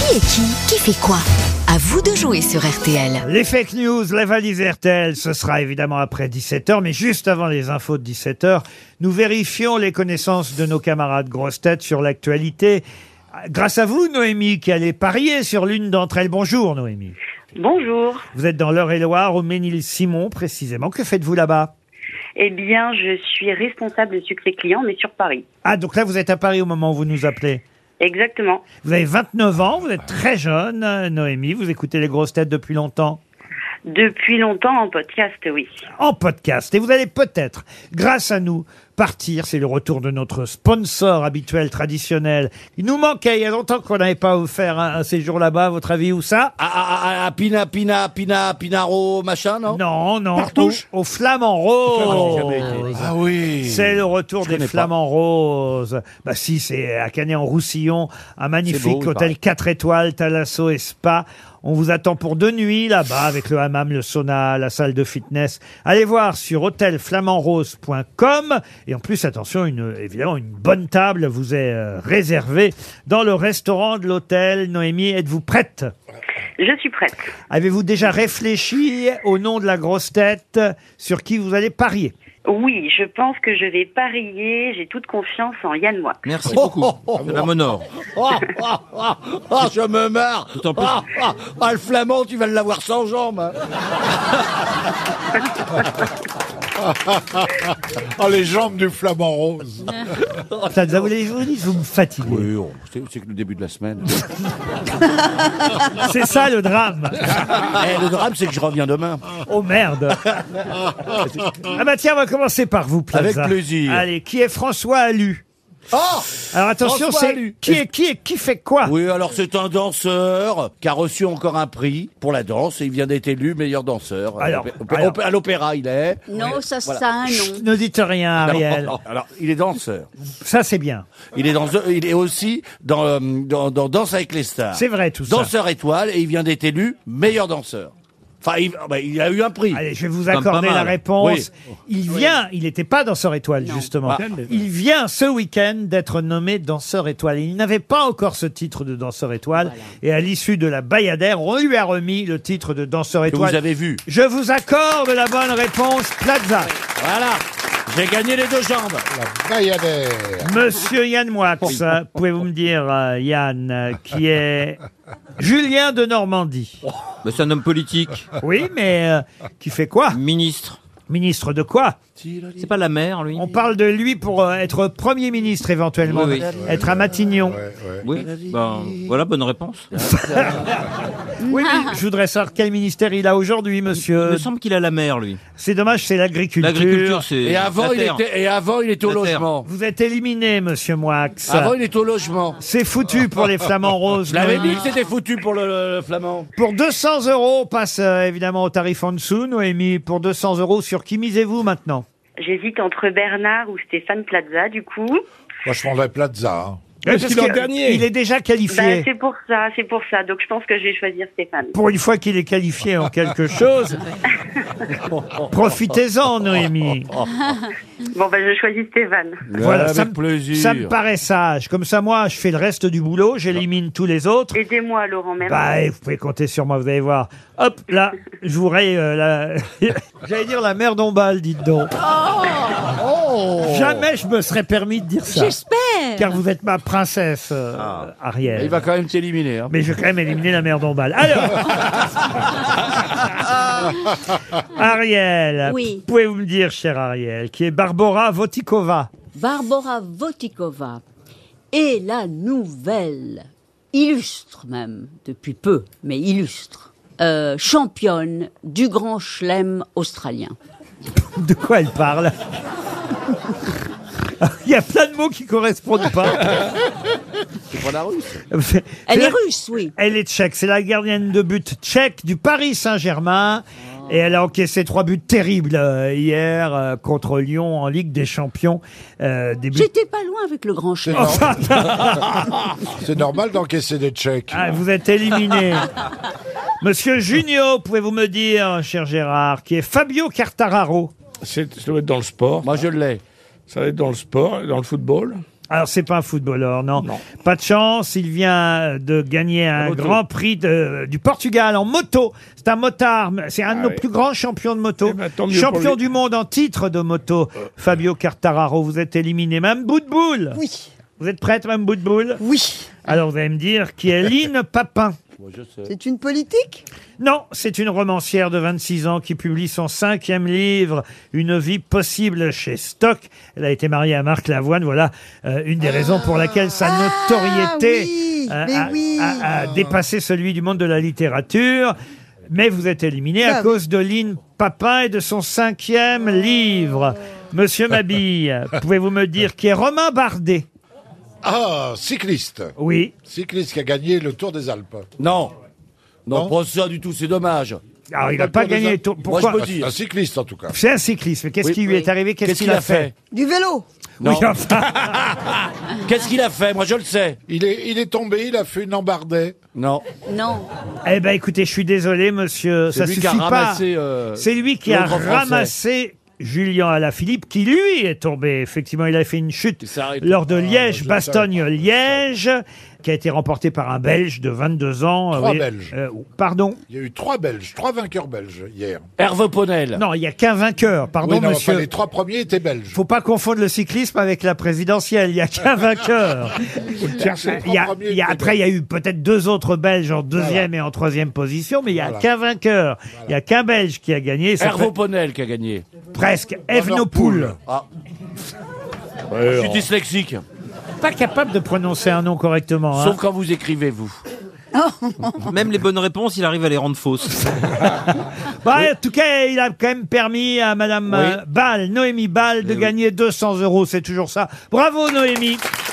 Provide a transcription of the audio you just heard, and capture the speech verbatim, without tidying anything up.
est qui? Qui fait quoi? À vous de jouer sur R T L. Les fake news, la valise R T L, ce sera évidemment après dix-sept heures, mais juste avant les infos de dix-sept heures, nous vérifions les connaissances de nos camarades grosses têtes sur l'actualité. Grâce à vous, Noémie, qui allez parier sur l'une d'entre elles. Bonjour, Noémie. Bonjour. Vous êtes dans l'Eure-et-Loire, au Ménil-Simon, précisément. Que faites-vous là-bas? Eh bien, je suis responsable de succès client, mais sur Paris. Ah, donc là, vous êtes à Paris au moment où vous nous appelez. Exactement. Vous avez vingt-neuf ans, vous êtes très jeune, Noémie. Vous écoutez les grosses têtes depuis longtemps? Depuis longtemps en podcast, oui. En podcast. Et vous allez peut-être, grâce à nous, partir. C'est le retour de notre sponsor habituel, traditionnel. Il nous manquait, il y a longtemps qu'on n'avait pas offert un, un séjour là-bas, à votre avis, où ça? Ah, ah, ah, ah, Pina, Pina, Pina, Pinaro, machin, non? Non, non. Partouche Au, au Flamand Rose. Ah oui. C'est le retour Je des connais pas. Flamands Roses. Bah si, c'est à Canet-en-Roussillon, un magnifique C'est beau, il hôtel paraît. quatre étoiles, Thalasso et Spa. On vous attend pour deux nuits là-bas avec le hammam, le sauna, la salle de fitness. Allez voir sur hôtel flamand rose point com. Et en plus, attention, une, évidemment, une bonne table vous est euh, réservée dans le restaurant de l'hôtel. Noémie, êtes-vous prête? Je suis prête. Avez-vous déjà réfléchi au nom de la grosse tête sur qui vous allez parier? Oui, je pense que je vais parier. J'ai toute confiance en Yann Moix. Merci beaucoup. C'est la Monore. Ah, ah, ah, ah, je me marre. D'autant plus- Ah, ah, ah, le flamand, tu vas l'avoir sans jambes. hein. Oh, les jambes du flamand rose. Plaza, vous voulez vous dites, vous me fatiguez. Oui, oh, c'est c'est que le début de la semaine. C'est ça le drame. Eh, le drame, c'est que je reviens demain. Oh merde. Ah bah tiens, on va commencer par vous, Plaza. Avec plaisir. Allez, qui est François Allu? Oh, Alors attention, François c'est Allu. qui est qui est qui fait quoi? Oui, alors c'est un danseur qui a reçu encore un prix pour la danse et il vient d'être élu meilleur danseur. Alors, Opé- opé- alors. opé- à l'opéra, il est. Non, ça, Voilà. ça a un nom. Ne dites rien, Ariel. Alors, alors, il est danseur. Ça c'est bien. Il est dans, il est aussi dans, euh, dans, dans Danse avec les stars. C'est vrai tout ça. Danseur étoile et il vient d'être élu meilleur danseur. Enfin, il, bah, il a eu un prix. Allez, je vais vous Comme pas accorder la mal. réponse. Oui. Il vient, il n'était pas danseur étoile, justement. Ah. Il vient ce week-end d'être nommé danseur étoile. Il n'avait pas encore ce titre de danseur étoile. Et à l'issue de la Bayadère, on lui a remis le titre de danseur Que étoile. vous avez vu. Je vous accorde la bonne réponse, Plaza. Voilà. J'ai gagné les deux jambes. La Bayadère. Monsieur Yann Moix, pouvez-vous me dire, euh, Yann, euh, qui est Julien de Normandie? Mais c'est un homme politique. Oui, mais euh, qui fait quoi? Ministre. Ministre de quoi? C'est pas la mère, lui? On parle de lui pour euh, être Premier ministre éventuellement, Oui, oui. être à Matignon. Oui. Ben, voilà, bonne réponse. Oui, mais je voudrais savoir quel ministère il a aujourd'hui, Il monsieur. me semble qu'il a la mère, lui. C'est dommage, c'est l'agriculture. L'agriculture, c'est. Et avant, la il terre. était, et avant, il était au La terre. logement. Vous êtes éliminé, monsieur Moix. Avant, il était au logement. C'est foutu pour les Flamands Roses. Je l'avais Noémie. dit que c'était foutu pour le, le flamand. Pour deux cents euros, on passe euh, évidemment au tarif en dessous, Noémie. Pour deux cents euros, sur qui misez-vous maintenant? J'hésite entre Bernard ou Stéphane Plaza, du coup. Moi, je prendrais Plaza. hein. Parce qu'il est en que dernier. Il est déjà Bah, qualifié. c'est pour ça, c'est pour ça. Donc je pense que je vais choisir Stéphane. Pour une fois qu'il est qualifié en quelque chose, profitez-en, Noémie. Bon, bah, je choisis Stéphane. Voilà, avec ça me, plaisir. ça me paraît sage. Comme ça, moi, je fais le reste du boulot, j'élimine tous les autres. Aidez-moi, Laurent, merci. Bah, et vous pouvez compter sur moi, vous allez voir. Hop, là, je vous raye euh, la... J'allais dire la merde en balle, dites donc. Jamais je me serais permis de dire ça. J'espère. Car vous êtes ma princesse, euh, Ariel. Il va quand même t'éliminer. Hein. Mais je vais quand même éliminer la merde en balle. Alors Ariel, Oui. pouvez-vous me dire, cher Ariel, qui est Barbara Votikova? Barbara Votikova est la nouvelle, illustre même, depuis peu, mais illustre, euh, championne du Grand Chelem australien. De quoi elle parle? Il y a plein de mots qui correspondent pas. C'est pas la russe. C'est Elle est la- russe, oui. Elle est tchèque. C'est la gardienne de but tchèque du Paris Saint-Germain. Et elle a encaissé trois buts terribles euh, hier euh, contre Lyon en Ligue des Champions. Euh, des buts... J'étais pas loin avec le Grand C'est Chelem. normal. C'est normal d'encaisser des tchèques. Ah, vous êtes éliminé. Monsieur Junio, pouvez-vous me dire, cher Gérard, qui est Fabio Quartararo? C'est, ça doit être dans le sport. Moi, je l'ai. Ça doit être dans le sport, dans le football. Alors, c'est pas un footballeur, non. Pas de chance, il vient de gagner un moto. grand prix de- du Portugal en moto. C'est un motard, c'est un de nos oui. plus grands champions de moto. Eh ben, tant mieux pour Champion lui. du monde en titre de moto. Fabio Quartararo, vous êtes éliminé. Mme Boutboul. Oui, Vous êtes prête, Mme Boutboul? oui. Alors, vous allez me dire qui est Lynn Papin. Moi, je sais. C'est une politique? Non, c'est une romancière de vingt-six ans qui publie son cinquième livre, Une vie possible chez Stock. Elle a été mariée à Marc Lavoine. Voilà euh, une des raisons pour laquelle sa Ah, notoriété oui, euh, mais a, oui. a- a dépassé celui du monde de la littérature. Mais vous êtes éliminé à Bah oui. cause de Lynn Papin et de son cinquième livre. Monsieur Mabille, pouvez-vous me dire qui est Romain Bardet? Ah, cycliste. Oui. Cycliste qui a gagné le Tour des Alpes. Non. Non, Non. pas ça du tout, c'est dommage. Alors, il n'a le pas Tour des gagné. Alpes. tout- Moi, Pourquoi je peux Un, dire. un cycliste, en tout cas. C'est un cycliste. Mais qu'est-ce Oui, qui lui oui. est arrivé? Qu'est-ce Qu'est-ce qu'il a fait? Du vélo? Non. Oui, enfin, Qu'est-ce qu'il a fait? Moi, je le sais. Il est, il est tombé, il a fait une embardée. Non. Non. eh ben, écoutez, je suis désolé, monsieur. C'est Ça lui suffit qui a pas. ramassé. euh, C'est lui qui a l'autre Français. ramassé Julien Alaphilippe, qui lui est tombé. Effectivement, il a fait une chute Il s'est arrêté. lors de je le Liège-Bastogne-Liège, qui a été remporté par un Belge de vingt-deux ans. Trois Oui. Belges. Euh, pardon? Il y a eu trois Belges, trois vainqueurs belges hier. Hervé Ponel. Non, il n'y a qu'un vainqueur. Pardon, oui, non, monsieur. enfin, les trois premiers étaient belges. Faut pas confondre le cyclisme avec la présidentielle. Il n'y a qu'un vainqueur. Faut le chercher. Il y a, il y a- après, il y a eu peut-être deux autres Belges en deuxième et en troisième position, mais il n'y a Voilà. qu'un vainqueur. Il n'y a qu'un Belge qui a gagné. C'est Hervé pre- Ponel qui a gagné. presque. Evenepoel. Ah. Je suis dyslexique. Pas capable de prononcer un nom correctement. hein. Sauf quand vous écrivez, vous. Même les bonnes réponses, il arrive à les rendre fausses. Bah, en tout cas, il a quand même permis à Madame Oui. euh, Ball, Noémie Ball, de Eh oui. gagner deux cents euros. C'est toujours ça. Bravo, Noémie.